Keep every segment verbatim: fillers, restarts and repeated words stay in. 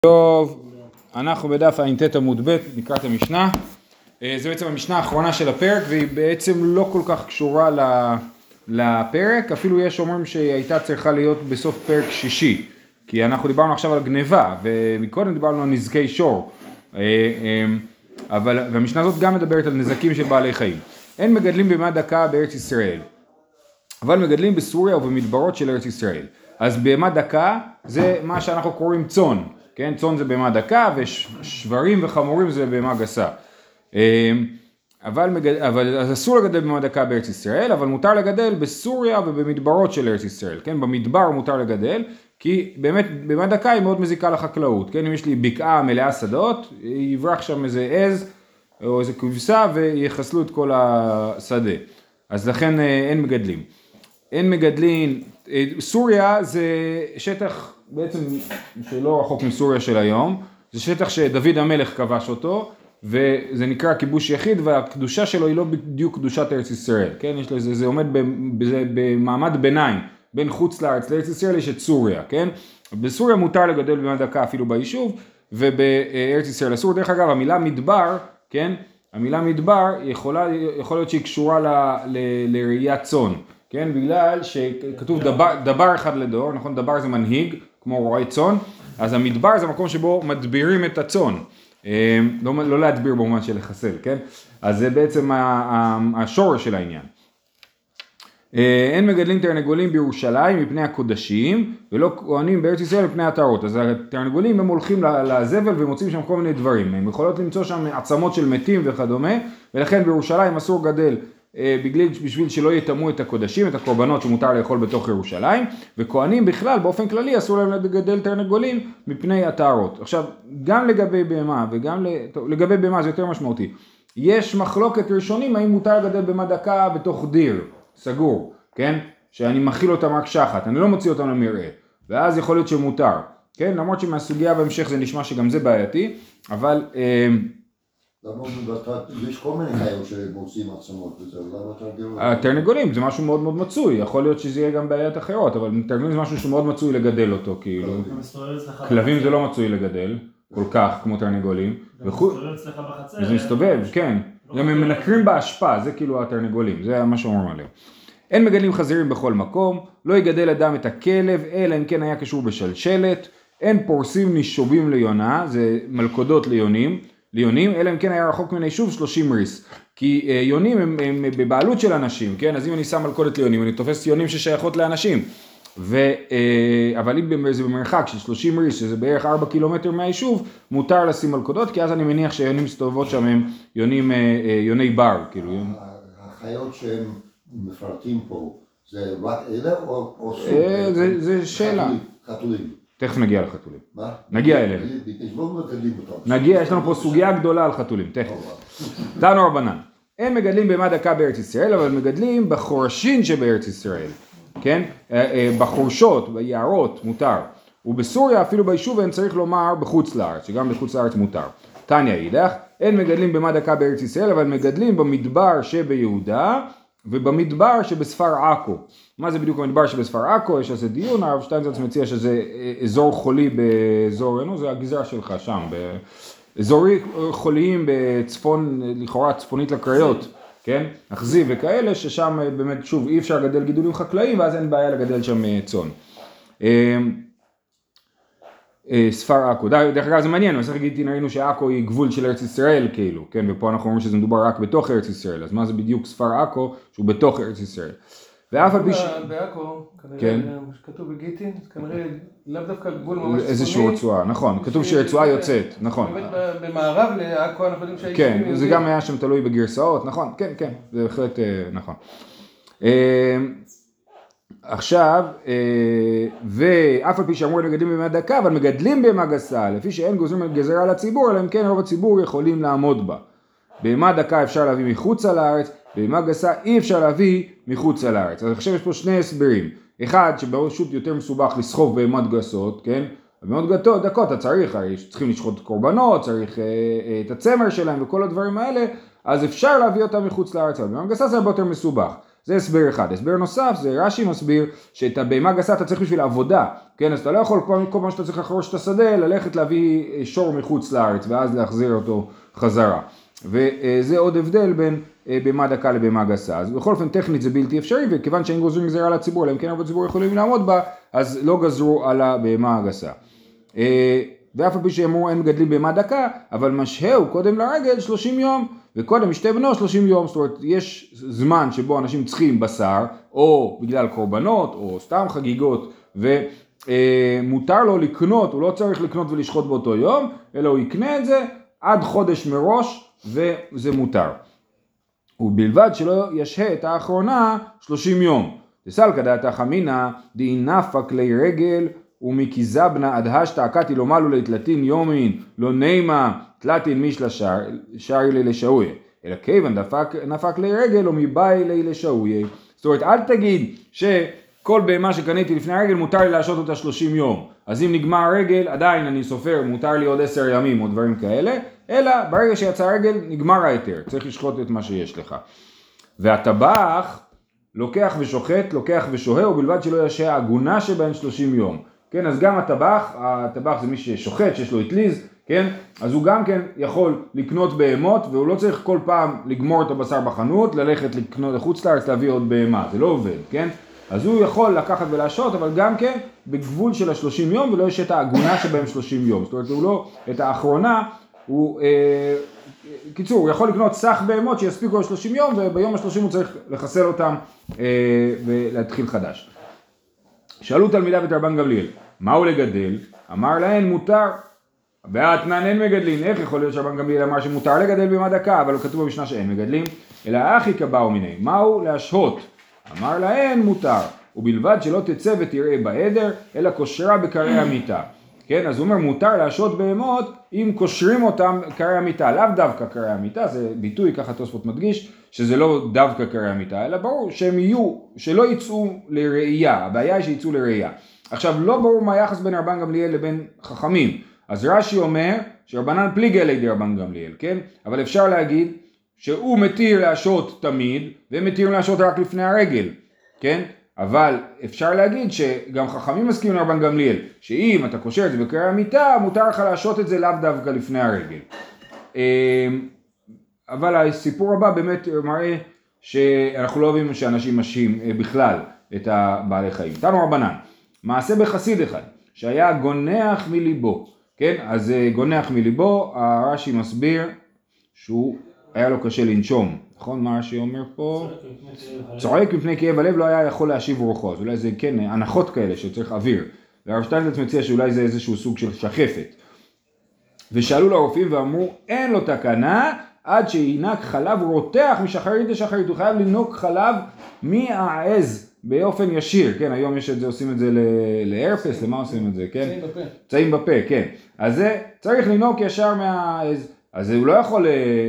טוב, אנחנו בדף ע"ט עמוד ב' נקרא את המשנה. זו בעצם המשנה האחרונה של הפרק והיא בעצם לא כל כך קשורה לפרק, אפילו יש אומרים שהיא הייתה צריכה להיות בסוף פרק שישי, כי אנחנו דיברנו עכשיו על גניבה ומקודם דיברנו על נזקי שור, אבל המשנה הזאת גם מדברת על נזקים של בעלי חיים. אין מגדלים בהמה דקה בארץ ישראל, אבל מגדלים בסוריה ובמדברות של ארץ ישראל. אז בהמה דקה זה מה שאנחנו קוראים צאן. כן, צאן זה בהמה דקה ושברים וחמורים זה בהמה גסה. אבל, אבל אז אסור לגדל בהמה דקה בארץ ישראל, אבל מותר לגדל בסוריה ובמדברות של ארץ ישראל. כן, במדבר מותר לגדל, כי באמת בהמה דקה היא מאוד מזיקה לחקלאות. כן, אם יש לי בקעה מלאה שדות, יברח שם איזה עז או איזה כבשה ויחסלו את כל השדה. אז לכן אין מגדלים. אין מגדלים, סוריה זה שטח בעצם שלא רחוק מסוריה של היום, זה שטח שדוד המלך כבש אותו, וזה נקרא כיבוש יחיד, והקדושה שלו היא לא בדיוק קדושת ארץ ישראל, כן? יש לזה, זה עומד במעמד ביניים, בין חוץ לארץ לארץ ישראל יש את סוריה, כן? בסוריה מותר לגדל בהמה דקה אפילו ביישוב, ובארץ ישראל אסור. דרך אגב, המילה מדבר, כן? המילה מדבר יכולה, יכול להיות שהיא קשורה ל, ל, לראיית צאן, כן? בגלל שכתוב דבר, דבר אחד לדור, נכון? דבר זה מנהיג, כמו רועי צאן, אז המדבר זה מקום שבו מדבירים את הצאן, לא, לא להדביר במובן של לחסל, כן? אז זה בעצם השורש של העניין. אין מגדלים תרנגולים בירושלים מפני הקודשים, ולא כהנים בארץ ישראל מפני הטהרות. אז התרנגולים הם הולכים לזבל ומוצאים שם כל מיני דברים, הם יכולות למצוא שם עצמות של מתים וכדומה, ולכן בירושלים אסור גדל, בגלל, בשביל שלא יתאמו את הקודשים, את הקורבנות שמותר לאכול בתוך ירושלים, וכהנים בכלל באופן כללי אסור להם לגדל תרנגולים מפני הטהרות. עכשיו, גם לגבי בהמה וגם לגבי בהמה זה יותר משמעותי. יש מחלוקת ראשונים האם מותר לגדל בהמה דקה בתוך דיר, סגור, כן? שאני מכיל אותם רק שחת, אני לא מוציא אותם למרעה, ואז יכול להיות שמותר, כן? למרות שמהסוגיה בהמשך זה נשמע שגם זה בעייתי, אבל יש כל מיני חיות שמוצאים עצמות וזה, למה תרנגולים? התרנגולים זה משהו מאוד מאוד מצוי, יכול להיות שזה יהיה גם בעיות אחרות, אבל תרנגולים זה משהו שמאוד מצוי לגדל אותו, כאילו. כלבים זה לא מצוי לגדל, כל כך כמו תרנגולים. זה מסתובב אצלך בחצר. זה מסתובב, כן. גם הם מנקרים בהשפעה, זה כאילו התרנגולים, זה מה שאומרים עליהם. אין מגדלים חזירים בכל מקום, לא יגדל אדם את הכלב, אלא אם כן היה קשור בשלשלת, אין פורסים נישובים ליונה, זה מלכודות ליונים, ליונים, אלא אם כן היה רחוק מן היישוב שלושים ריס, כי אה, יונים הם, הם בבעלות של אנשים, כן? אז אם אני שם מלכודת ליונים, אני תופס יונים ששייכות לאנשים, ו, אה, אבל אם זה במרחק של שלושים ריס, שזה בערך ארבעה קילומטר מהיישוב, מותר לשים מלכודות, כי אז אני מניח שהיונים מסתובבות שם הם יונים, אה, אה, יוני בר, כאילו. החיות שהם מפרטים פה, זה רק אלה או, או סוג? אה, זה, זה שאלה. חתולים. תכף נגיע לחתולים. מה? נגיע אליהם. נגיע, יש לנו פה סוגיה גדולה על חתולים, תכף. תנו רבנן, הם מגדלים בהמה דקה בארץ ישראל, אבל מגדלים בחורשים שבארץ ישראל, כן? בחורשות, ביערות, מותר. ובסוריה, אפילו ביישוב, אין צריך לומר בחוץ לארץ, שגם בחוץ לארץ מותר. תניא אידך, אין מגדלים בהמה דקה בארץ ישראל, אבל מגדלים במדבר שביהודה, ובמדבר שבספר עכו. מה זה בדיוק המדבר שבספר עכו? יש איזה דיון, הרב שטיינזלץ מציע שזה אזור חולי באזור, נו, זה הגזרה שלך שם, באזורים חוליים בצפון, לכאורה צפונית לקריות, כן? אכזיב וכאלה, ששם באמת, שוב, אי אפשר לגדל גידולים חקלאיים, ואז אין בעיה לגדל שם צאן. ספר עכו, דרך אגב זה מעניין, מסך גיטין ראינו שעכו היא גבול של ארץ ישראל כאילו, כן, ופה אנחנו אומרים שזה מדובר רק בתוך ארץ ישראל, אז מה זה בדיוק ספר עכו שהוא בתוך ארץ ישראל? ואף על פי ש... בעכו, כנראה, כתוב בגיטין, כנראה לאו דווקא גבול ממש צפוני. איזושהי רצועה, נכון, כתוב שרצועה יוצאת, נכון. באמת במערב לעכו אנחנו יודעים שהיישובים כן, זה גם היה שם תלוי בגרסאות, נכון, כן, כן, זה בהחלט נכון. עכשיו, ואף על פי שאמרו מגדלים בהמה דקה, אבל מגדלים בהמה גסה, לפי שאין גוזרים גזרה לציבור, אלא אם כן רוב הציבור יכולים לעמוד בה. בהמה דקה אפשר להביא מחוץ לארץ, בהמה גסה אי אפשר להביא מחוץ לארץ. אז עכשיו יש פה שני הסברים. אחד, שבראשות יותר מסובך לסחוב בהמות גסות, כן? בהמות דקות אתה צריך, צריכים לשחוט קורבנות, צריך אה, את הצמר שלהם וכל הדברים האלה, אז אפשר להביא אותם מחוץ לארץ. בהמה גסה זה הרבה יותר מסובך. זה הסבר אחד. הסבר נוסף זה רש"י מסביר שאת הבהמה גסה אתה צריך בשביל עבודה, כן? אז אתה לא יכול כל, כל פעם שאתה צריך לחרוש את השדה ללכת להביא שור מחוץ לארץ ואז להחזיר אותו חזרה. וזה עוד הבדל בין בהמה דקה לבהמה גסה. אז בכל אופן טכנית זה בלתי אפשרי, וכיוון שאין גוזרים גזירה על הציבור, אלא אם כן הרבה ציבור יכולים לעמוד בה, אז לא גזרו על הבהמה הגסה. ואף על פי שאמרו אין מגדלים בהמה דקה, אבל משההו קודם לרגל שלושים יום, וקודם משתה בנו שלושים יום. זאת אומרת, יש זמן שבו אנשים צריכים בשר, או בגלל קורבנות, או סתם חגיגות, ומותר לו לקנות, הוא לא צריך לקנות ולשחוט באותו יום, אלא הוא יקנה את זה עד חודש מראש, וזה מותר. ובלבד שלא ישהה את האחרונה שלושים יום. תסלקא דעתך אמינא דאי נפק לי רגל ומקיזבנה אדהשתא עקתי לא מלו לתלתין יומין לא נימה תלתין מישלה שרי לי לשעויה. אלא כיוון נפק לי רגל ומבאי לי לשעויה. זאת אומרת, אל תגיד שכל בהמה שקניתי לפני הרגל מותר לי להשעות אותה שלושים יום. אז אם נגמר הרגל עדיין אני סופר, מותר לי עוד עשר ימים או דברים כאלה. אלא ברגע שיצא הרגל נגמר ההיתר, צריך לשחוט את מה שיש לך. והטבח לוקח ושוחט, לוקח ושוהה, ובלבד שלא ישהה עגונה שבהן שלושים יום. כן, אז גם הטבח, הטבח זה מי ששוחט, שיש לו אטליז, כן, אז הוא גם כן יכול לקנות בהמות, והוא לא צריך כל פעם לגמור את הבשר בחנות, ללכת לקנות לחוץ לארץ להביא עוד בהמה, זה לא עובד, כן? אז הוא יכול לקחת ולהשעות, אבל גם כן בגבול של ה-שלושים יום, ולא ישהה את העגונה שבהם שלושים יום. זאת אומרת, הוא לא, את האחרונה, הוא, אה, קיצור, הוא יכול לקנות סך בהמות שיספיקו לו שלושים יום, וביום ה-שלושים הוא צריך לחסל אותם אה, ולהתחיל חדש. שאלו תלמידיו את רבן גמליאל, מהו לגדל? אמר להן מותר. באתנן אין מגדלים. איך יכול להיות שרבן גמליאל אמר שמותר לגדל בהמה דקה, אבל כתוב במשנה שאין מגדלים? אלא אחי קבעו מיני, מהו להשהות? אמר להן מותר, ובלבד שלא תצא ותראה בעדר, אלא קושרה בקרי המיטה. כן, אז הוא אומר מותר להשעות בהמות אם קושרים אותם קרי המיטה, לאו דווקא קרי המיטה, זה ביטוי, ככה תוספות מדגיש, שזה לא דווקא קרי המיטה, אלא ברור שהם יהיו, שלא יצאו לראייה, הבעיה היא שיצאו לראייה. עכשיו לא ברור מה היחס בין רבן גמליאל לבין חכמים, אז רש"י אומר שרבנן פליגי לידי רבן גמליאל, כן? אבל אפשר להגיד שהוא מתיר להשעות תמיד, והם מתירים להשעות רק לפני הרגל, כן? אבל אפשר להגיד שגם חכמים מסכימים לרבן גמליאל, שאם אתה קושר את זה בקרי המיטה, מותר לך להשעות את זה לאו דווקא לפני הרגל. אבל הסיפור הבא באמת מראה שאנחנו לא אוהבים שאנשים משהים בכלל את הבעלי חיים. תנו רבנן, מעשה בחסיד אחד, שהיה גונח מליבו, כן? אז גונח מליבו, הרש"י מסביר שהוא היה לו קשה לנשום, נכון? מה רש"י אומר פה? צועק מפני כאב הלב, לא היה יכול להשיב רוחו, אז אולי זה כן, הנחות כאלה שצריך אוויר, והרב שטיינזלץ מציע שאולי זה איזשהו סוג של שחפת. ושאלו לרופאים ואמרו, אין לו תקנה עד שינק חלב רותח משחרית לשחרית, הוא חייב לנוק חלב מהעז באופן ישיר, כן, היום יש את זה, עושים את זה להרפס, למה עושים את זה, כן? צעים בפה. צעים בפה, כן. אז זה צריך לנוק ישר מהעז, אז הוא לא יכול,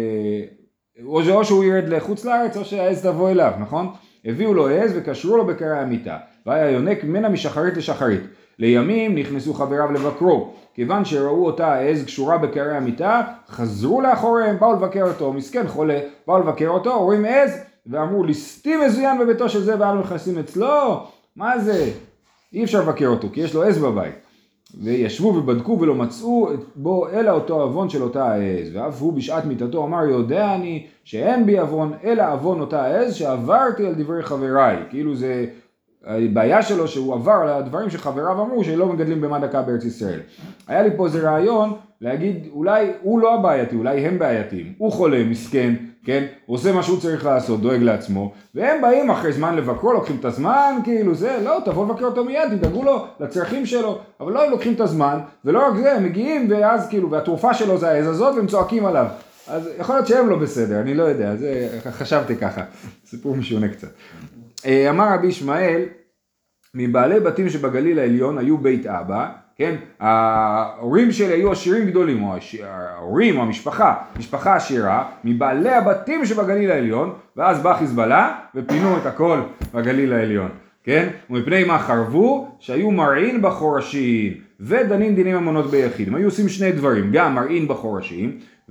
או שהוא ירד לחוץ לארץ או שהעז תבוא אליו, נכון? הביאו לו עז וקשרו לו בקרי המיטה, והיה יונק ממנה משחרית לשחרית. לימים נכנסו חבריו לבקרו, כיוון שראו אותה העז קשורה בקרי המיטה, חזרו לאחוריהם, באו לבקר אותו, מסכן חולה, באו לבקר אותו, רואים עז, ואמרו, ליסטים מזוין בביתו של זה, ואנו נכנסים אצלו, מה זה? אי אפשר לבקר אותו, כי יש לו עז בבית. וישבו ובדקו ולא מצאו בו אלא אותו אבון של אותה העז, ואף הוא בשעת מיתתו אמר, יודע אני שאין בי אבון אלא אבון אותה העז שעברתי על דברי חבריי, כאילו זה הבעיה שלו שהוא עבר על הדברים שחבריו אמרו שלא מגדלים בהמה דקה בארץ ישראל. היה לי פה איזה רעיון להגיד אולי הוא לא הבעייתי, אולי הם בעייתיים, הוא חולה מסכן, כן, הוא עושה מה שהוא צריך לעשות, דואג לעצמו, והם באים אחרי זמן לבקרו, לוקחים את הזמן, כאילו זה, לא, תבוא לבקר אותו מיד, תדאגו לו לצרכים שלו, אבל לא, הם לוקחים את הזמן, ולא רק זה, הם מגיעים ואז כאילו, והתרופה שלו זה העז הזאת, והם צועקים עליו, אז יכול להיות שהם לא בסדר, אני לא יודע, זה, חשבתי ככה, סיפור משונה קצת. אמר רבי ישמעאל, מבעלי בתים שבגליל העליון היו בית אבא, כן, ההורים שלי היו עשירים גדולים, או ההורים או המשפחה, משפחה עשירה, מבעלי הבתים שבגליל העליון, ואז בא חיזבאללה ופינו את הכל בגליל העליון, כן, ומפני מה חרבו, שהיו מרעין בחורשים, ודנים דינים ממונות ביחיד, הם היו עושים שני דברים, גם מרעין בחורשים,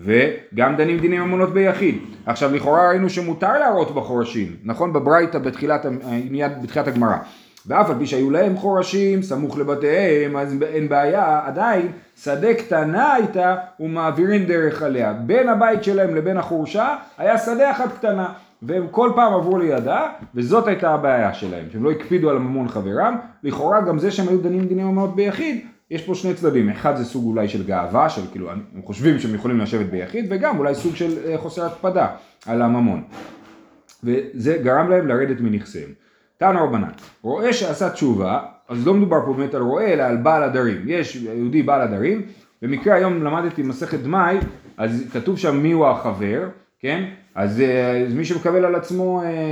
וגם דנים דיני ממונות ביחיד. עכשיו לכאורה ראינו שמותר להראות בחורשים, נכון? בברייתא בתחילת, מיד בתחילת הגמרא. ואף על פי שהיו להם חורשים סמוך לבתיהם, אז אין בעיה, עדיין שדה קטנה הייתה ומעבירים דרך עליה. בין הבית שלהם לבין החורשה היה שדה אחת קטנה, והם כל פעם עברו לידה, וזאת הייתה הבעיה שלהם, שהם לא הקפידו על ממון חברם. לכאורה גם זה שהם היו דנים דיני ממונות ביחיד, יש פה שני צדדים, אחד זה סוג אולי של גאווה, של כאילו הם חושבים שהם יכולים לשבת ביחיד, וגם אולי סוג של חוסר הקפדה על הממון. וזה גרם להם לרדת מנכסיהם. תנו רבנן, רואה שעשה תשובה, אז לא מדובר פה באמת על רואה, אלא על בעל הדרים. יש יהודי בעל הדרים, במקרה היום למדתי מסכת דמאי, אז כתוב שם מי הוא החבר, כן? אז, אז מי שמקבל על עצמו אה, אה,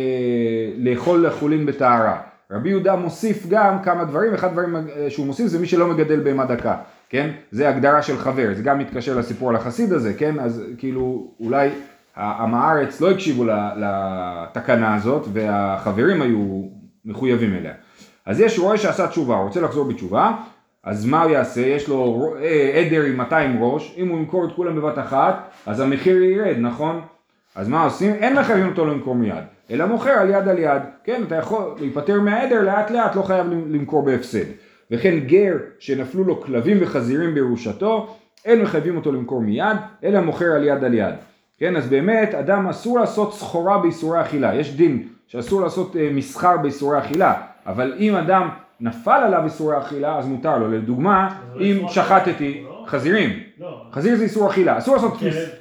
לאכול לחולין בטהרה. רבי יהודה מוסיף גם כמה דברים, אחד הדברים שהוא מוסיף זה מי שלא מגדל בהמה דקה, כן? זה הגדרה של חבר, זה גם מתקשר לסיפור על החסיד הזה, כן? אז כאילו אולי עם הארץ לא הקשיבו לתקנה הזאת והחברים היו מחויבים אליה. אז יש רואה שעשה תשובה, הוא רוצה לחזור בתשובה, אז מה הוא יעשה? יש לו עדר עם מאתיים ראש, אם הוא ימכור את כולם בבת אחת, אז המחיר ירד, נכון? אז מה עושים? אין מחייבים אותו למכור מיד, אלא מוכר על יד על יד, כן? אתה יכול להיפטר מהעדר לאט לאט, לא חייב למכור בהפסד. וכן גר שנפלו לו כלבים וחזירים בירושתו, אין מחייבים אותו למכור מיד, אלא מוכר על יד על יד. כן, אז באמת אדם אסור לעשות סחורה באיסורי אכילה, יש דין שאסור לעשות אה, מסחר באיסורי אכילה, אבל אם אדם נפל עליו איסורי אכילה אז מותר לו, לדוגמה, אם שחטתי חזירים, חזיר זה איסור אכילה, אסור לעשות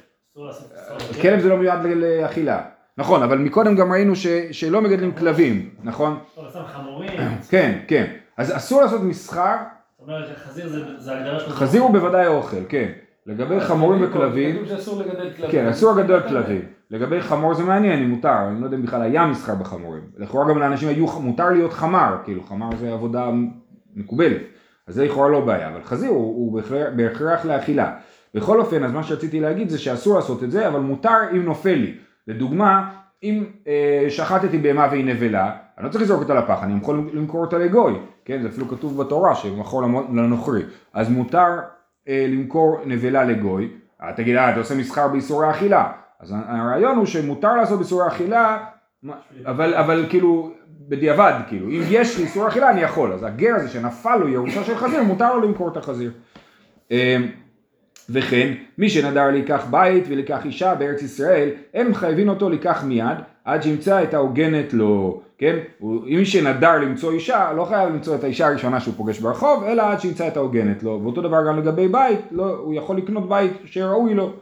כלב זה לא מיועד לאכילה, נכון, אבל מקודם גם ראינו ש, שלא מגדלים כלבים, נכון? כן, כן, אז אסור לעשות מסחר, זאת אומרת שחזיר זה הגדרה שלו, חזיר הוא בוודאי אוכל, כן. לגבי חמורים וכלבים, כתוב שאסור לגדל כלבים. כן, אסור לגדל כלבים. לגבי חמור זה מעניין, אם מותר, אני לא יודע אם בכלל היה מסחר בחמורים. לכאורה גם לאנשים היו, מותר להיות חמר, כאילו חמר זה עבודה מקובלת. אז זה לכאורה לא בעיה, אבל חזיר הוא, הוא בהכרח לאכילה. בכל אופן, אז מה שרציתי להגיד זה שאסור לעשות את זה, אבל מותר אם נופל לי. לדוגמה, אם אה, שחטתי בהמה והיא נבלה, אני לא צריך לזרוק אותה לפח, אני יכול למכור אותה לגוי. כן, זה אפילו כתוב בתורה שמכור לנוכרי. אז מותר למכור נבלה לגוי, תגיד, אה, אתה עושה מסחר באיסורי אכילה, אז הרעיון הוא שמותר לעשות באיסורי אכילה, אבל, אבל כאילו, בדיעבד, כאילו, אם יש לי איסורי אכילה אני יכול, אז הגר הזה שנפל לו ירושה של חזיר, מותר לו למכור את החזיר. וכן, מי שנדר לקח בית ולקח אישה בארץ ישראל, הם חייבים אותו לקח מיד, עד שימצא את ההוגנת לו, כן? אם מי שנדר למצוא אישה, לא חייב למצוא את האישה הראשונה שהוא פוגש ברחוב, אלא עד שימצא את ההוגנת לו. ואותו דבר גם לגבי בית, לא, הוא יכול לקנות בית שראוי לו.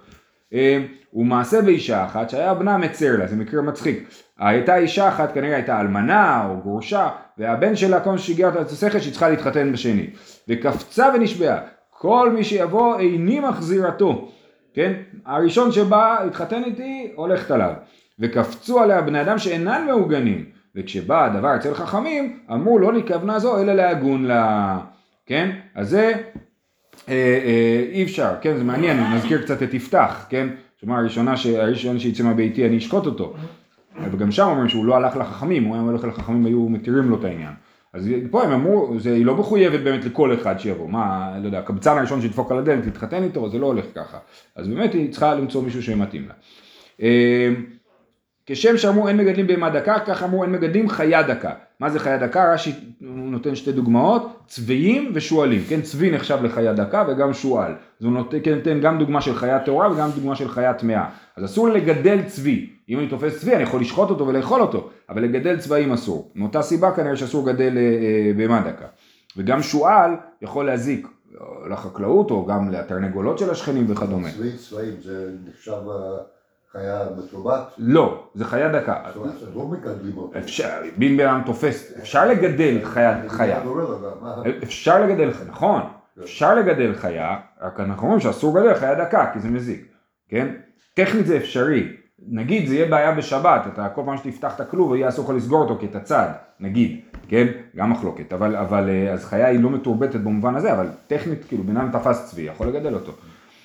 הוא מעשה באישה אחת שהיה בנה מצר לה, זה מקרה מצחיק. הייתה אישה אחת, כנראה הייתה אלמנה או גרושה, והבן שלה כל שיגע אותה לצסכת שהיא צריכה להתחתן בשני. וקפצה ונשבעה, כל מי שיבוא איני מחזירתו, כן? הראשון שבא להתחתן איתי הולכת עליו. וקפצו עליה בני אדם שאינן מעוגנים, וכשבא הדבר אצל חכמים, אמרו לא לכוונה זו אלא להגון לה, כן? אז זה אה, אה, אי אפשר, כן? זה מעניין, אני מזכיר קצת את יפתח, כן? שמה הראשונה שהראשון שיצא מהביתי אני אשקוט אותו, וגם שם אומרים שהוא לא הלך לחכמים, הוא היה הולך לחכמים היו מתירים לו את העניין. אז פה הם אמרו, זה, היא לא מחויבת באמת לכל אחד שיבוא, מה, לא יודע, הקבצן הראשון שידפוק על הדלת, להתחתן איתו, זה לא הולך ככה. אז באמת היא צריכה למצוא מישהו שמתאים לה. אה, כשם שאמרו אין מגדלים בהמה דקה, כך אמרו אין מגדלים חיה דקה. מה זה חיה דקה? רש"י נותן שתי דוגמאות, צביים ושועלים. כן, צבי נחשב לחיה דקה וגם שועל. אז הוא נותן, כן, נותן גם דוגמה של חיה טהורה וגם דוגמה של חיה טמאה. אז אסור לגדל צבי. אם אני תופס צבי אני יכול לשחוט אותו ולאכול אותו, אבל לגדל צבעים אסור. מאותה סיבה כנראה שאסור לגדל אה, בהמה דקה. וגם שועל יכול להזיק לחקלאות או גם לתרנגולות של השכנים וכדומה. צבי, צבעים, זה נחשב חיה מתורבת? לא, זה חיה דקה. לא מגדלים אותו. אפשר, בין בן תופס, אפשר לגדל חיה, חיה. אפשר לגדל, נכון, אפשר לגדל חיה, רק אנחנו אומרים שאסור לגדל חיה דקה, כי זה מזיק, כן? טכנית זה אפשרי, נגיד זה יהיה בעיה בשבת, אתה כל פעם שתפתח את הכלוב, יהיה אסור לך לסגור אותו כתצד, נגיד, כן? גם מחלוקת, אבל, אבל אז חיה היא לא מתורבתת במובן הזה, אבל טכנית, כאילו, בינם תפס צבי, יכול לגדל אותו.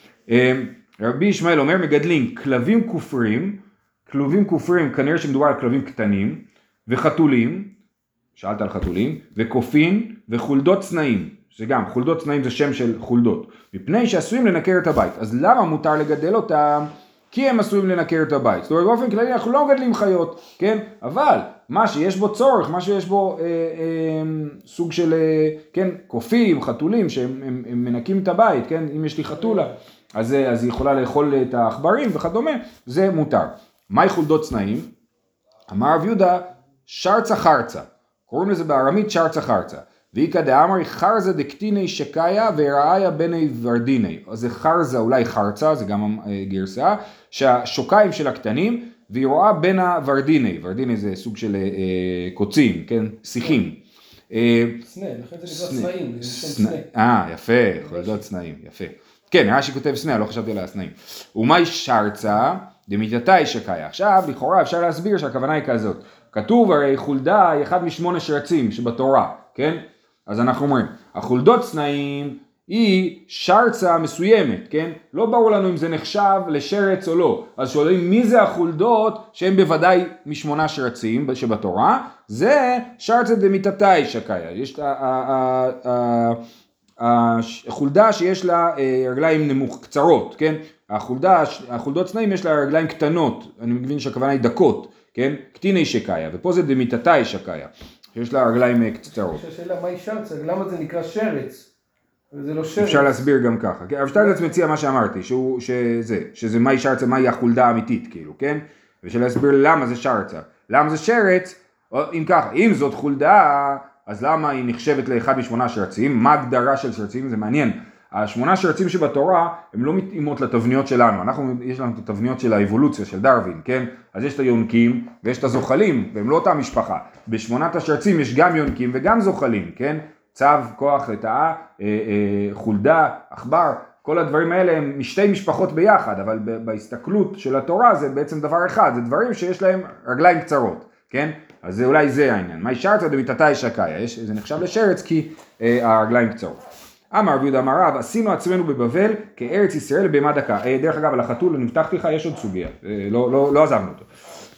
רבי ישמעאל אומר, מגדלים כלבים כופרים, כלבים כופרים כנראה שמדובר על כלבים קטנים, וחתולים, שאלת על חתולים, וקופין וחולדות צנעים, שגם חולדות צנעים זה שם של חולדות, מפני שעשויים לנקר את הבית. אז למה מותר לגדל אותם? כי הם עשויים לנקר את הבית. זאת אומרת, באופן כללי אנחנו לא מגדלים חיות, כן? אבל מה שיש בו צורך, מה שיש בו אה, אה, סוג של, אה, כן, קופים, חתולים, שהם הם, הם מנקים את הבית, כן? אם יש לי חתולה, אז, אז היא יכולה לאכול את העכברים וכדומה, זה מותר. מהי חולדות צנעים? אמר רב יהודה, שרצה חרצה. קוראים לזה בארמית שרצה חרצה. ואיקא דאמרי חרזה דקטיני שקיה וראיה בני ורדיני. אז זה חרזה, אולי חרצה, זה גם גרסה, שהשוקיים של הקטנים, והיא רואה בין הוורדיני. ורדיני זה סוג של אה, קוצים, כן? שיחים. סנה, לכן זה נקרא צנעים, זה שם סנה. אה, יפה, חולדות צנעים, יפה. כן, רש"י כותב סנה, לא חשבתי על הסנאים. ומאי שרצה דמיתתי שקיה. עכשיו, לכאורה אפשר להסביר שהכוונה היא כזאת. כתוב הרי חולדה היא אחד משמונה שרצים שבתורה, כן? אז אנחנו אומרים, החולדות צנעים היא שרצה מסוימת, כן? לא ברור לנו אם זה נחשב לשרץ או לא. אז שואלים מי זה החולדות שהם בוודאי משמונה שרצים שבתורה? זה שרצה דמיתתי שקיה. יש החולדה שיש לה רגליים נמוך, קצרות, כן? החולדה, החולדות צנעים יש לה רגליים קטנות, אני מבין שהכוונה היא דקות, כן? קטיני שקיה, ופה זה דמיתתי שקיה. יש לה רגליים קצרות. השאלה מהי שרצה, למה זה נקרא שרץ? זה לא שרץ. אפשר להסביר גם ככה. אבל שטייגלץ מציע מה שאמרתי, שהוא, שזה, שזה מהי שרצה, מהי החולדה האמיתית, כאילו, כן? ושאלה להסביר למה זה שרצה. למה זה שרץ? אם ככה, אם זאת חולדה, אז למה היא נחשבת לאחד משמונה שרצים? מה הגדרה של שרצים? זה מעניין. השמונה שרצים שבתורה הם לא מתאימות לתבניות שלנו, אנחנו, יש לנו את התבניות של האבולוציה של דרווין, כן? אז יש את היונקים ויש את הזוחלים, והם לא אותה משפחה. בשמונת השרצים יש גם יונקים וגם זוחלים, כן? צו, כוח, לטאה, אה, אה, חולדה, עכבר, כל הדברים האלה הם משתי משפחות ביחד, אבל בהסתכלות של התורה זה בעצם דבר אחד, זה דברים שיש להם רגליים קצרות, כן? אז זה, אולי זה העניין. מה שרצה דמיתתי שקיה, זה נחשב לשרץ כי אה, הרגליים קצרות. אמר רב יהודה אמר רב, עשינו עצמנו בבבל כארץ ישראל בהמה דקה. דרך אגב, על החתול, אני מבטחתי לך, יש עוד סוגיה, לא, לא, לא עזבנו אותו.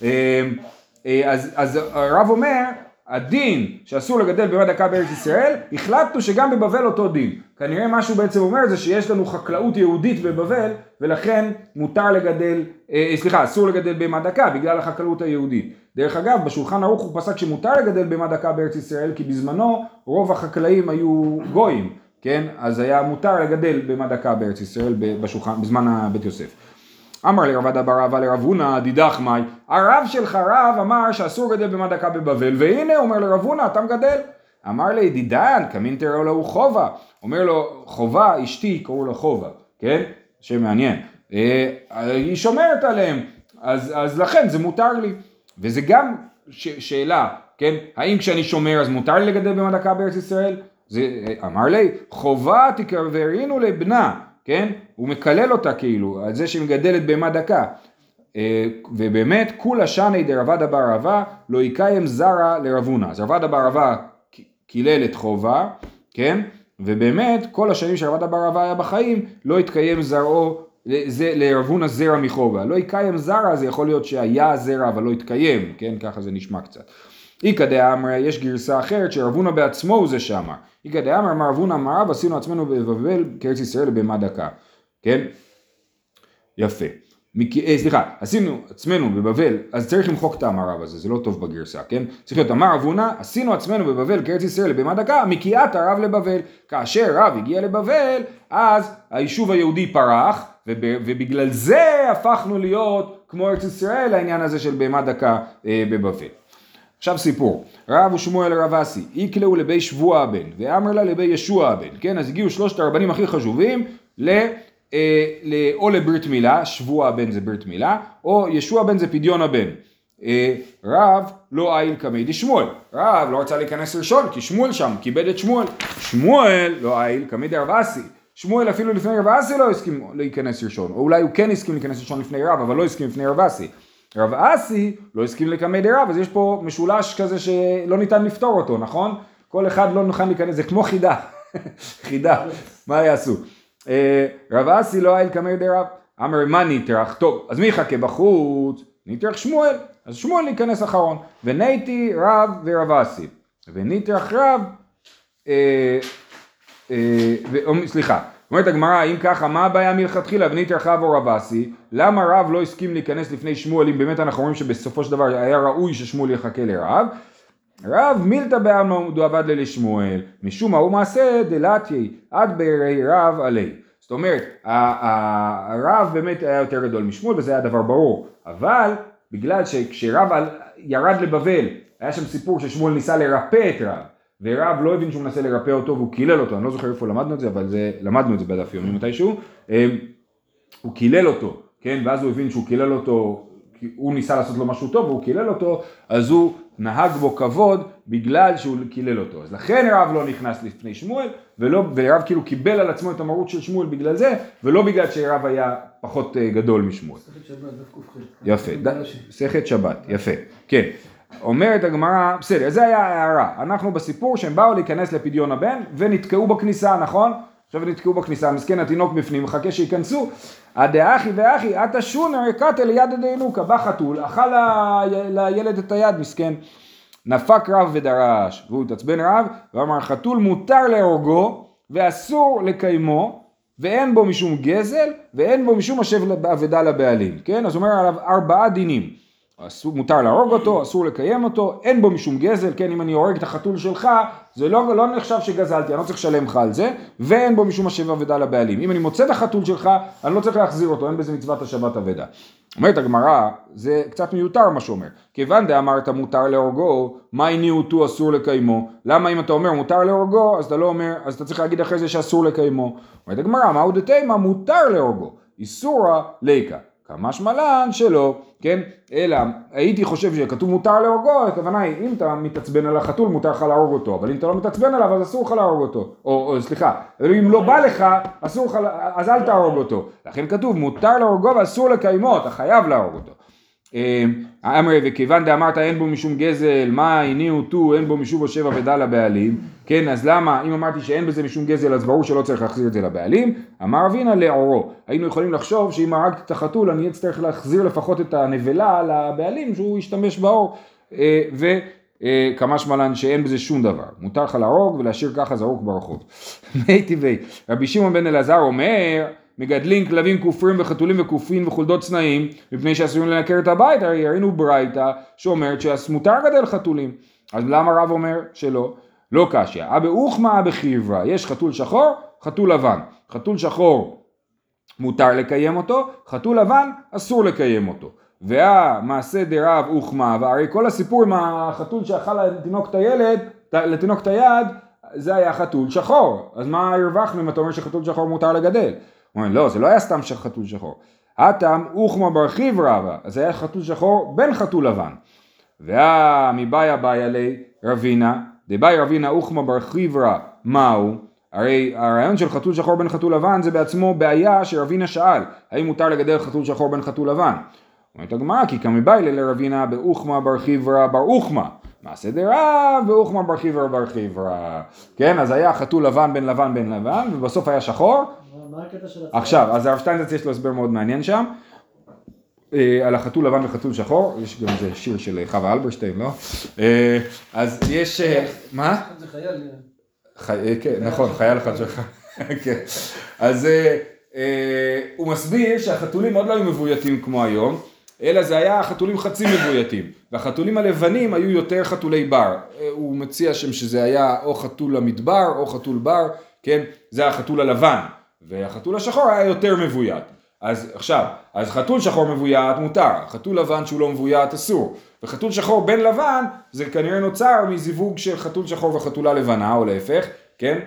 אז, אז הרב אומר, הדין שאסור לגדל בהמה דקה בארץ ישראל, החלטנו שגם בבבל אותו דין. כנראה משהו בעצם אומר זה שיש לנו חקלאות יהודית בבבל, ולכן מותר לגדל, סליחה, אסור לגדל בהמה דקה בגלל החקלאות היהודית. דרך אגב, בשולחן ערוך הוא פסק שמותר לגדל בהמה דקה בארץ ישראל, כי בזמנו רוב החקלאים היו גויים. כן, אז היה מותר לגדל בהמה דקה בארץ ישראל בשולחן, בזמן בית יוסף. אמר לרבד אבר רבא לרב הונא דידך מאי, הרב שלך רב אמר שאסור לגדל בהמה דקה בבבל, והנה אומר לרב הונא אתה מגדל. אמר לי דידן קמין תראו לו חובה, אומר לו חובה אשתי קראו לו חובה, כן, שמעניין, אה, היא שומרת עליהם, אז, אז לכן זה מותר לי, וזה גם ש- שאלה, כן, האם כשאני שומר אז מותר לי לגדל בהמה דקה בארץ ישראל? זה, אמר לי, חובה תקרברינו לבנה, כן? הוא מקלל אותה כאילו, על זה שמגדלת בהמה דקה. ובאמת, כולה שני דרבד אבר רבא, לא יקיים זרע לרב הונא. אז רבד אבר רבא קילל את חובה, כן? ובאמת, כל השנים שרבד אבר רבא היה בחיים, לא התקיים זרעו, זה, לרב הונא זרע מחובה. לא יקיים זרע, זה יכול להיות שהיה זרע, אבל לא התקיים, כן? ככה זה נשמע קצת. איקא דאמר, יש גרסה אחרת שרב הונא בעצמו הוא זה שאמר. איקא דאמר, אמר רב הונא אמר רב, עשינו עצמנו בבבל כארץ ישראל בהמה דקה. כן? יפה. מק... אה, סליחה, עשינו עצמנו בבבל, אז צריך למחוק את האמר רב הזה, זה לא טוב בגרסה, כן? צריך להיות אמר רב הונא, עשינו עצמנו בבבל כארץ ישראל בהמה דקה, מקיאת הרב לבבל. כאשר רב הגיע לבבל, אז היישוב היהודי פרח, וב... ובגלל זה הפכנו להיות כמו ארץ ישראל, העניין הזה של בהמה דקה אה, בבבל. עכשיו סיפור, רב ושמואל רב אסי, יקלעו לבי שבוע הבן, ואמר לה לבי ישוע הבן, כן, אז הגיעו שלושת הרבנים הכי חשובים, ל, אה, ל, או לברית מילה, שבוע הבן זה ברית מילה, או ישוע הבן זה פדיון הבן. אה, רב לא איל כמי דשמואל, רב לא רצה להיכנס ראשון, כי שמואל שם, כיבד את שמואל, שמואל לא איל כמי דרב אסי, שמואל אפילו לפני רב אסי לא הסכים להיכנס ראשון, או אולי הוא כן הסכים להיכנס ראשון לפני רב, אבל לא הסכים לפני רב אסי. רב אסי לא הסכים לקמי דרב, אז יש פה משולש כזה שלא ניתן לפתור אותו, נכון? כל אחד לא נוכל להיכנס, זה כמו חידה, חידה, מה יעשו? רב אסי לא היה לקמי דרב, אמר מה ניתרח, טוב, אז מי יחכה בחוץ? ניתרח שמואל, אז שמואל להיכנס אחרון, וניתי רב ורב אסי, וניתרח רב, סליחה, אומרת הגמרא, אם ככה, מה הבעיה מלכתחילה? בנית רחב או רבסי, למה רב לא הסכים להיכנס לפני שמואל, אם באמת אנחנו רואים שבסופו של דבר היה ראוי ששמואל יחכה לרב? רב מילתא בעלמא דאבד לשמואל, משום מה הוא מעשה דלתיה עד בערי רב עלי. זאת אומרת, הרב באמת היה יותר גדול משמואל וזה היה דבר ברור, אבל בגלל שכשרב ירד לבבל, היה שם סיפור ששמואל ניסה לרפא את רב, ורב לא הבין שהוא מנסה לרפא אותו והוא קילל אותו, אני לא זוכר איפה למדנו את זה, אבל זה, למדנו את זה בדף יומי מתישהו, הוא קילל אותו, כן, ואז הוא הבין שהוא קילל אותו, הוא ניסה לעשות לו משהו טוב והוא קילל אותו, אז הוא נהג בו כבוד בגלל שהוא קילל אותו, אז לכן רב לא נכנס לפני שמואל, ולא, ורב כאילו קיבל על עצמו את המרות של שמואל בגלל זה, ולא בגלל שרב היה פחות גדול משמואל. מסכת שבת, דף ק"ח. יפה, מסכת שבת, יפה, כן. אומרת הגמרא, בסדר, זה היה הערה, אנחנו בסיפור שהם באו להיכנס לפדיון הבן ונתקעו בכניסה, נכון? עכשיו נתקעו בכניסה, מסכן התינוק בפנים, מחכה שיכנסו, הדאחי ואחי, עתה שונר קטל ליד הדינוקה, בא חתול, אכל לילד את היד, מסכן, נפק רב ודרש, והוא התעצבן רב, ואמר חתול מותר להורגו ואסור לקיימו, ואין בו משום גזל, ואין בו משום השב אבדה לבעלים, כן? אז אומר עליו ארבעה דינים. אסור, מותר להרוג אותו, אסור לקיים אותו, אין בו משום גזל, כן, אם אני הורג את החתול שלך, זה לא, לא נחשב שגזלתי, אני לא צריך לשלם לך על זה, ואין בו משום השב אבדה לבעלים. אם אני מוצא את החתול שלך, אני לא צריך להחזיר אותו, אין בזה מצוות השבת אבדה. אומרת הגמרא, זה קצת מיותר מה שאומר, כיוון דאמרת מותר להורגו, מה הניעותו אסור לקיימו, למה אם אתה אומר מותר להורגו, אז אתה לא אומר, אז אתה צריך להגיד אחרי זה שאסור לקיימו. אומרת הגמרא, מהו דתימה מותר להורגו, איסורא ליקה. כמשמע לן שלא, כן? אלא הייתי חושב שכתוב מותר להורגו, הכוונה היא אם אתה מתעצבן על החתול מותר לך להרוג אותו, אבל אם אתה לא מתעצבן עליו אז אסור לך להרוג אותו, או, או סליחה, אם לא בא לך אסור לך, אז אל תהרוג אותו, לכן כתוב מותר להורגו ואסור לקיימו, אתה חייב להרוג אותו. אמרי וכיוון דאמרת אין בו משום גזל, מה הניעו תו, אין בו משום השב אבדה לבעלים, כן, אז למה, אם אמרתי שאין בזה משום גזל, אז ברור שלא צריך להחזיר את זה לבעלים, אמר אבינה לעורו, היינו יכולים לחשוב שאם הרגתי את החתול, אני אצטרך להחזיר לפחות את הנבלה לבעלים, שהוא ישתמש באור, וכמה שמלן שאין בזה שום דבר, מותר לך להרוג ולהשאיר ככה זרוק ברחוב. מי טבעי, רבי שמעון בן אלעזר אומר, מגדלים כלבים כופרים וחתולים וכופין וחולדות צנאים, מפני שאסורים לנקר את הבית, הרי הראינו ברייתא שאומרת שמותר לגדל חתולים, אז למה רב אומר שלא? לא קשיא, אבא אוכמה אבא חיברה, יש חתול שחור, חתול לבן, חתול שחור מותר לקיים אותו, חתול לבן אסור לקיים אותו, והמעשה דרב אוכמה, והרי כל הסיפור עם החתול שאכל לתינוק את הילד, לתינוק את היד, זה היה חתול שחור, אז מה הרווחנו אם אתה אומר שחתול שחור מותר לגדל? אומרים, לא, זה לא היה סתם חתול שחור. הטעם אוכמה ברחיב רבה, אז היה חתול שחור בין חתול לבן. והמבעיה בעיה לי רבינה, דבעי רבינה אוכמה ברחיב רבה, מהו? הרי הרעיון של חתול שחור בין חתול לבן זה בעצמו בעיה שרבינה שאל, האם מותר לגדל חתול שחור בין חתול לבן? אומרת הגמרא, כי כמבעי לרבינה באוכמה ברחיב רבה בר אוכמה. מעשה דרב ואוכמה ברחיב רבה ברחיב רבה. כן, אז היה חתול לבן בין לבן בין לבן, ובסוף היה שחור. מה הקטע של הצבא? עכשיו, אז הרב שטיינזרץ יש לו הסבר מאוד מעניין שם, אה, על החתול לבן וחתול שחור, יש גם איזה שיר של חווה אלברשטיין, לא? אה, אז יש, אה, מה? זה חייל. חי, כן, נכון, חייל אחד שלך, כן. אז אה, אה, הוא מסביר שהחתולים עוד לא היו מבויתים כמו היום, אלא זה היה חתולים חצי מבויתים, והחתולים הלבנים היו יותר חתולי בר, הוא מציע שם שזה היה או חתול המדבר או חתול בר, כן, זה החתול הלבן, והחתול השחור היה יותר מבוית, אז עכשיו, אז חתול שחור מבוית מותר, חתול לבן שהוא לא מבוית אסור, וחתול שחור בין לבן זה כנראה נוצר מזיווג של חתול שחור וחתולה לבנה או להפך, כן,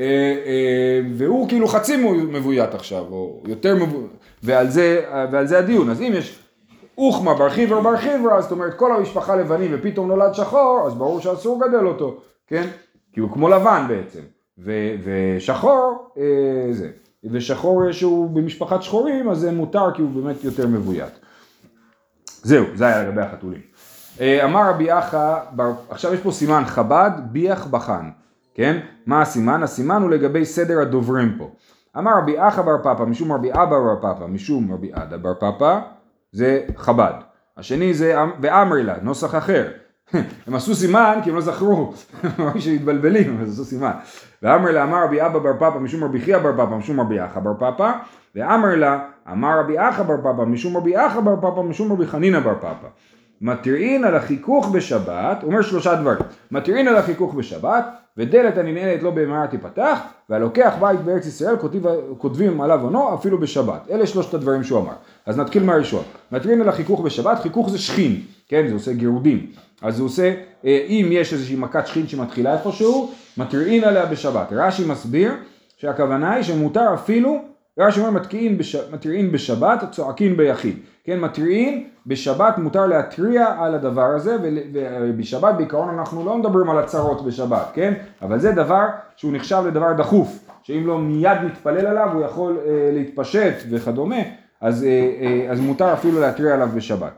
והוא כאילו חצי מבוית עכשיו, או יותר מבוית, ועל זה, ועל זה הדיון, אז אם יש אוכמה ברחיבר ברחיבר, אז זאת אומרת כל המשפחה לבני ופתאום נולד שחור, אז ברור שאסור גדל אותו, כן? כי הוא כמו לבן בעצם, ו- ושחור אה, זה, ושחור שהוא במשפחת שחורים, אז זה מותר כי הוא באמת יותר מבוית. זהו, זה היה לגבי החתולים. אה, אמר רבי אחא, בר... עכשיו יש פה סימן חב"ד, ביח בחן, כן? מה הסימן? הסימן הוא לגבי סדר הדוברים פה. אמר רבי אחא בר פפא, משום רבי אבא בר פפא, משום רבי עדה בר פפא, זה חב"ד. השני זה ואמרי לה, נוסח אחר. הם עשו סימן כי הם לא זכרו, אמרו שהתבלבלים, הם עשו סימן. ואמר לה, אמר רבי אבא בר פפא משום רבי חייא בר פפא משום רבי אחא בר פפא, ואמר לה, אמר רבי אחא בר פפא משום רבי אחא בר פפא משום רבי חנינא בר פפא. מתירין על החיכוך בשבת, אומר שלושה דברים, מתירין על החיכוך בשבת, ודלת הננעלת לא במהרה תיפתח, והלוקח בית בארץ ישראל כותב, כותבים עליו עונו אפילו בשבת. אלה שלושת הדברים שהוא אמר. אז נתחיל מהראשון. מתירין על החיכוך בשבת, חיכוך זה שכין, כן, זה עושה גירודים. אז זה עושה, אם יש איזושהי מכת שכין שמתחילה איפשהו, מתירין עליה בשבת. רש"י מסביר שהכוונה היא שמותר אפילו, רש"י אומר מתקיעין בש... מתריעין בשבת, צועקין ביחיד. כן, מתריעין בשבת מותר להתריע על הדבר הזה, ובשבת בעיקרון אנחנו לא מדברים על הצרות בשבת, כן? אבל זה דבר שהוא נחשב לדבר דחוף, שאם לא מיד מתפלל עליו הוא יכול אה, להתפשט וכדומה, אז, אה, אה, אז מותר אפילו להתריע עליו בשבת.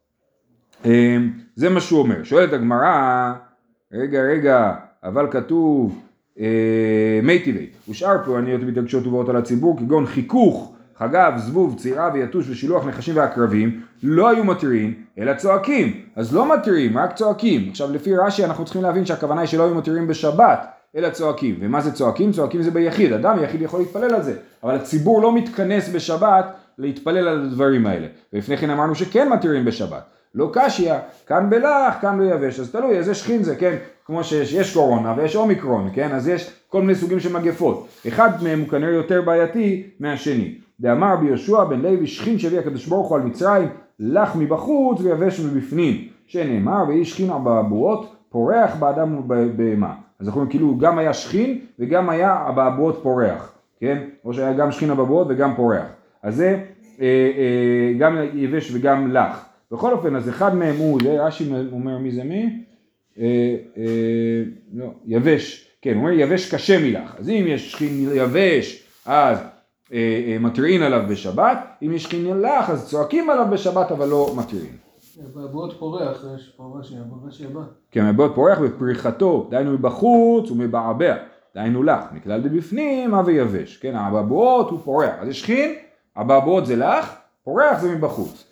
אה, זה מה שהוא אומר. שואלת הגמרא, רגע רגע, אבל כתוב מי טבעי, ושאר פורעניות מתרגשות ובאות על הציבור, כגון חיכוך, חגב, זבוב, צירה ויתוש ושילוח נחשים ועקרבים, לא היו מתירים, אלא צועקים. אז לא מתירים, רק צועקים. עכשיו לפי רש"י אנחנו צריכים להבין שהכוונה היא שלא היו מתירים בשבת, אלא צועקים. ומה זה צועקים? צועקים זה ביחיד. אדם יחיד יכול להתפלל על זה, אבל הציבור לא מתכנס בשבת להתפלל על הדברים האלה. ולפני כן אמרנו שכן מתירים בשבת. לא קשיא, כאן בלח, כאן לא יבש, אז תלוי איזה שכין זה, כן? כמו שיש יש קורונה ויש אומיקרון, כן? אז יש כל מיני סוגים של מגפות. אחד מהם הוא כנראה יותר בעייתי מהשני. דאמר ביהושע בן לוי, שכין שהביא הקדוש ברוך הוא על מצרים, לך מבחוץ ויבש מבפנים. שנאמר, ויהי שכין אבעבועות, פורח באדם ובבהמה. אז אנחנו כאילו גם היה שכין וגם היה אבעבועות פורח, כן? או שהיה גם שכין אבעבועות וגם פורח. אז זה אה, אה, גם יבש וגם לך. בכל אופן, אז אחד מהם הוא, רש"י אומר מי זה מי? אה, אה, לא, יבש, כן, הוא אומר יבש קשה מלך. אז אם יש שכין יבש, אז אה, אה, מתירין עליו בשבת, אם יש שכין לך, אז צועקים עליו בשבת, אבל לא מתירין. אבעבועות פורח, יש פה רש"י, רש"י הבא. כן, אבעבועות פורח בפריחתו, דהיינו מבחוץ ומבעבע, דהיינו לך, מכלל דבפנים, אבי יבש, כן, האבעבועות הוא פורח, אז יש שכין, אבעבועות זה לך, פורח זה מבחוץ.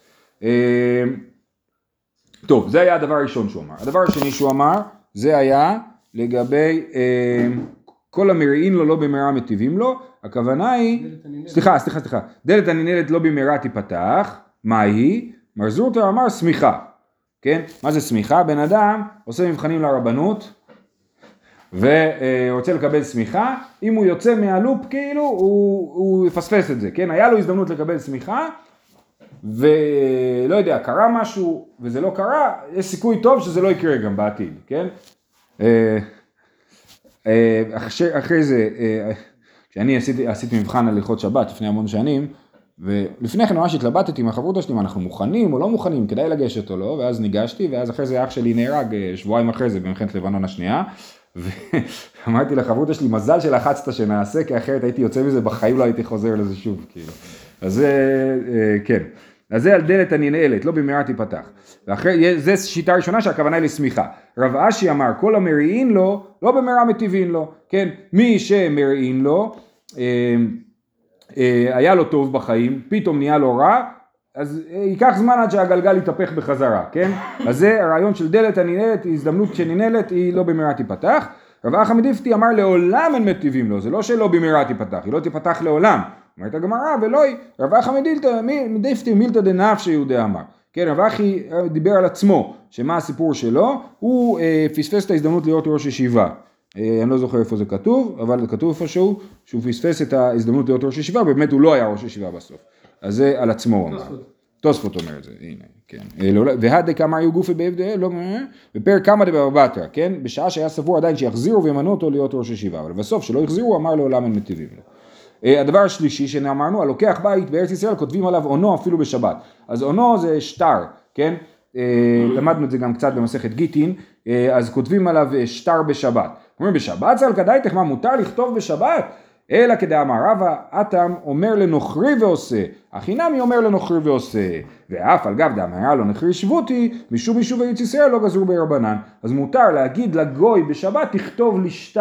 טוב, זה היה הדבר הראשון שהוא אמר. הדבר השני שהוא אמר, זה היה לגבי כל המריעין לו לא במהרה מטיבים לו, הכוונה היא, סליחה, סליחה, סליחה, דלת הננעלת לא במהרה תיפתח, מה היא? מר זוטרא אמר סמיכה, כן? מה זה סמיכה? בן אדם עושה מבחנים לרבנות, ורוצה לקבל סמיכה, אם הוא יוצא מהלופ כאילו, הוא, הוא יפספס את זה, כן? היה לו הזדמנות לקבל סמיכה, ולא יודע, קרה משהו וזה לא קרה, יש סיכוי טוב שזה לא יקרה גם בעתיד, כן? אחרי, אחרי זה, כשאני עשיתי, עשיתי מבחן על הלכות שבת לפני המון שנים, ולפני כן ממש התלבטתי עם החברותא שלי, מה אנחנו מוכנים או לא מוכנים, כדאי לגשת או לא, ואז ניגשתי, ואז אחרי זה אח שלי נהרג שבועיים אחרי זה במלחמת לבנון השנייה, ואמרתי לחברותא שלי, מזל שלחצת שנעשה, כי אחרת הייתי יוצא מזה, בחיים לא הייתי חוזר לזה שוב, כאילו. אז זה, כן. אז זה על דלת הננעלת, לא במהרה תיפתח. ואחרי, זה שיטה ראשונה שהכוונה היא לסמיכה. רב אשי אמר, כל המריעין לו, לא במהרה מטיבין לו. כן, מי שמריעין לו, אה, אה, היה לו טוב בחיים, פתאום נהיה לו רע, אז אה, ייקח זמן עד שהגלגל יתהפך בחזרה, כן? אז זה הרעיון של דלת הננעלת, הזדמנות שננעלת, היא לא במהרה תיפתח. רב אחא מדיפתי אמר, לעולם אין מטיבים לו, זה לא שלא במהרה תיפתח, היא לא תיפתח לעולם. אומרת הגמרא, ולא היא, רב אחא מדיפתי מילתא דנפשי יהודה אמר. כן, רב אחי דיבר על עצמו, שמה הסיפור שלו, הוא אה, פספס את ההזדמנות להיות ראש ישיבה. אה, אני לא זוכר איפה זה כתוב, אבל כתוב איפשהו, שהוא פספס את ההזדמנות להיות ראש ישיבה, ובאמת הוא לא היה ראש ישיבה בסוף. אז זה על עצמו הוא אמר. תוספות אומר את זה, הנה, כן. והדה כמה היו גופי בהבדל, לא, בפרק כמה דבבא בתרא, כן? בשעה שהיה סבור עדיין שיחזירו וימנו אותו להיות ראש ישיבה, אבל בסוף שלא יחזירו, אמר לעולם אין מטיבים לו. הדבר השלישי שנאמרנו, הלוקח בית בארץ ישראל, כותבים עליו עונו אפילו בשבת. אז עונו זה שטר, כן? למדנו את זה גם קצת במסכת גיטין, אז כותבים עליו שטר בשבת. אומרים בשבת צל כדאיתך, מה מותר לכתוב בשבת? אלא כדאמר רבא, אטם אומר לנוכרי ועושה, החינמי אומר לנוכרי ועושה, ואף על גב דאמר לו נוכרי שבותי, משום יישוב ארץ ישראל לא גזרו ברבנן. אז מותר להגיד לגוי בשבת, תכתוב לי שטר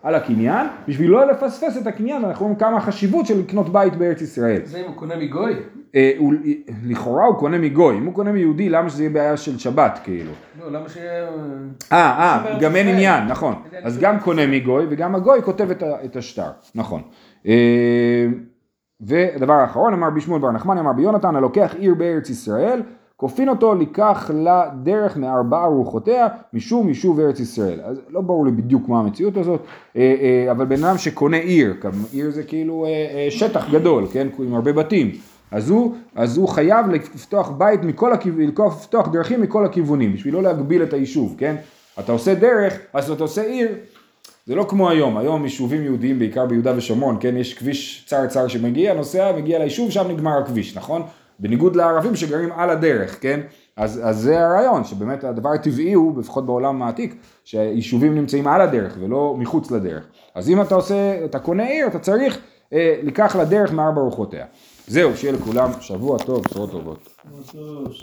על הקניין, בשביל לא לפספס את הקניין, אנחנו רואים כמה חשיבות של לקנות בית בארץ ישראל. זה אם הוא קונה מגוי? אה, הוא, לכאורה הוא קונה מגוי, אם הוא קונה מיהודי, למה שזה יהיה בעיה של שבת כאילו? לא, למה שיהיה... אה, אה, גם אין עניין, נכון. אז גם קונה מגוי וגם הגוי כותב את, ה, את השטר, נכון. אה, ודבר האחרון, אמר בשמואל בר נחמני, אמר ביונתן, הלוקח עיר בארץ ישראל, כופין אותו לקח לדרך מארבע רוחותיה, משום יישוב ארץ ישראל. אז לא ברור לי בדיוק מה המציאות הזאת, אבל בן אדם שקונה עיר, עיר זה כאילו שטח גדול, כן, עם הרבה בתים, אז הוא, אז הוא חייב לפתוח בית מכל הכיוונים, לפתוח דרכים מכל הכיוונים, בשביל לא להגביל את היישוב, כן? אתה עושה דרך, אז אתה עושה עיר, זה לא כמו היום, היום יישובים יהודיים בעיקר ביהודה ושומרון, כן, יש כביש צר צר שמגיע, נוסע, מגיע ליישוב, שם נגמר הכביש, נכון? בניגוד לערבים שגרים על הדרך, כן? אז, אז זה הרעיון, שבאמת הדבר הטבעי הוא, לפחות בעולם העתיק, שהיישובים נמצאים על הדרך ולא מחוץ לדרך. אז אם אתה עושה, אתה קונה עיר, אתה צריך אה, לקח לדרך מארבע רוחותיה. זהו, שיהיה לכולם שבוע טוב, בשורות טובות.